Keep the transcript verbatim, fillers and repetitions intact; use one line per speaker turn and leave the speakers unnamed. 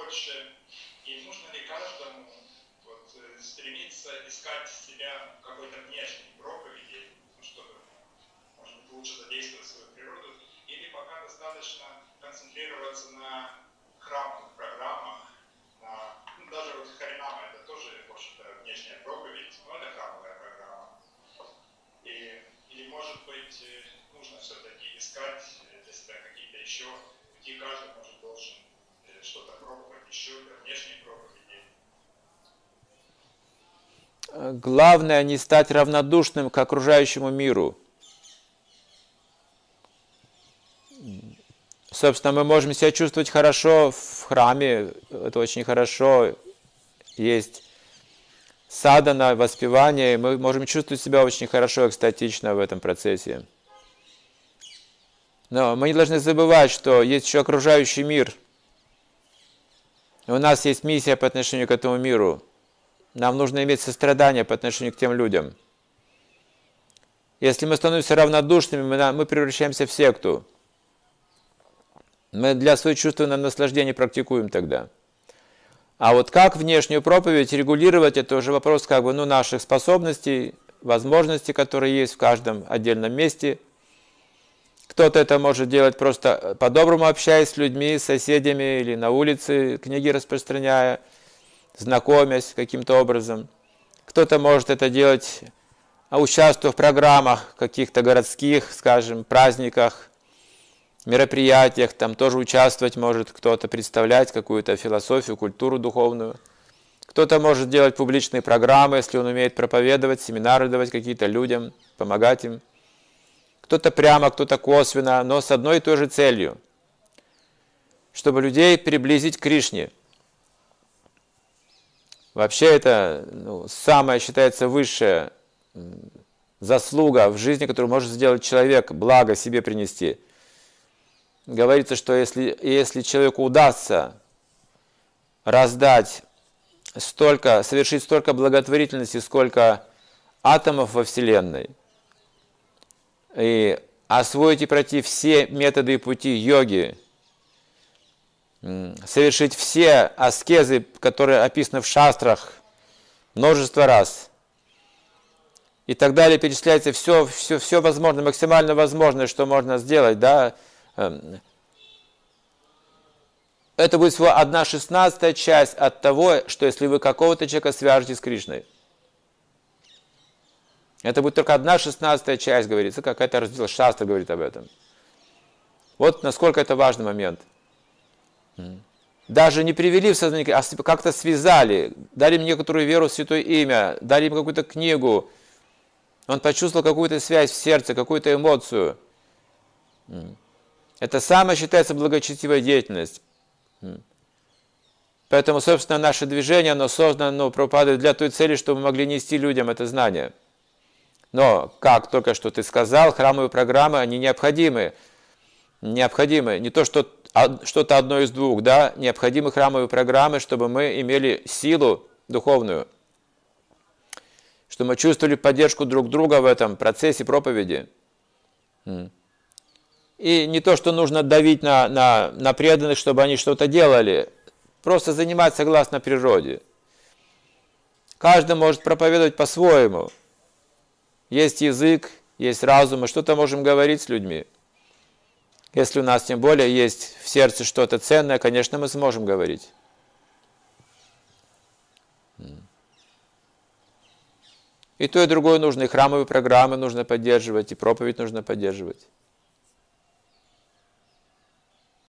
больше. И нужно ли каждому вот, стремиться искать себя в какой-то внешней проповеди, чтобы, может быть, лучше задействовать свою природу, или пока достаточно концентрироваться на храмовых программах, на, ну, даже вот Харинама это тоже, в общем-то, внешняя проповедь, но это храмовая программа. И, или, может быть, нужно все-таки искать для себя какие-то еще пути, каждый, может, должен что-то пробовать еще для внешней проповеди.
Главное не стать равнодушным к окружающему миру. Собственно, мы можем себя чувствовать хорошо в храме, это очень хорошо. Есть садхана, воспевание, мы можем чувствовать себя очень хорошо, экстатично в этом процессе. Но мы не должны забывать, что есть еще окружающий мир. И у нас есть миссия по отношению к этому миру. Нам нужно иметь сострадание по отношению к тем людям. Если мы становимся равнодушными, мы, мы превращаемся в секту. Мы для своего чувственного наслаждения практикуем тогда. А вот как внешнюю проповедь регулировать, это уже вопрос как бы, ну, наших способностей, возможностей, которые есть в каждом отдельном месте. Кто-то это может делать просто по-доброму, общаясь с людьми, с соседями или на улице, книги распространяя, знакомясь каким-то образом. Кто-то может это делать, участвуя в программах каких-то городских, скажем, праздниках, мероприятиях, там тоже участвовать может кто-то, представлять какую-то философию, культуру духовную. Кто-то может делать публичные программы, если он умеет проповедовать, семинары давать какие-то людям, помогать им. Кто-то прямо, кто-то косвенно, но с одной и той же целью, чтобы людей приблизить к Кришне. Вообще это, ну, самая, считается, высшая заслуга в жизни, которую может сделать человек, благо себе принести. Говорится, что если, если человеку удастся раздать столько, совершить столько благотворительности, сколько атомов во Вселенной, и освоить и пройти все методы и пути йоги, совершить все аскезы, которые описаны в шастрах множество раз, и так далее, перечисляется все, все, все возможное, максимально возможное, что можно сделать, да. Это будет всего одна шестнадцатая часть от того, что если вы какого-то человека свяжете с Кришной. Это будет только одна шестнадцатая часть, говорится, какая-то раздел шастра говорит об этом. Вот насколько это важный момент. Даже не привели в сознание, а как-то связали, дали им некоторую веру в Святое Имя, дали им какую-то книгу. Он почувствовал какую-то связь в сердце, какую-то эмоцию. Это самая, считается, благочестивая деятельность. Поэтому, собственно, наше движение, оно создано, ну, Прабхупадой для той цели, чтобы мы могли нести людям это знание. Но, как только что ты сказал, храмовые программы, они необходимы. Необходимы. Не то, что что-то одно из двух, да, необходимы храмовые программы, чтобы мы имели силу духовную, чтобы мы чувствовали поддержку друг друга в этом процессе проповеди. И не то, что нужно давить на, на, на преданных, чтобы они что-то делали. Просто заниматься согласно природе. Каждый может проповедовать по-своему. Есть язык, есть разум, мы что-то можем говорить с людьми. Если у нас тем более есть в сердце что-то ценное, конечно, мы сможем говорить. И то, и другое нужно, и храмовые программы нужно поддерживать, и проповедь нужно поддерживать.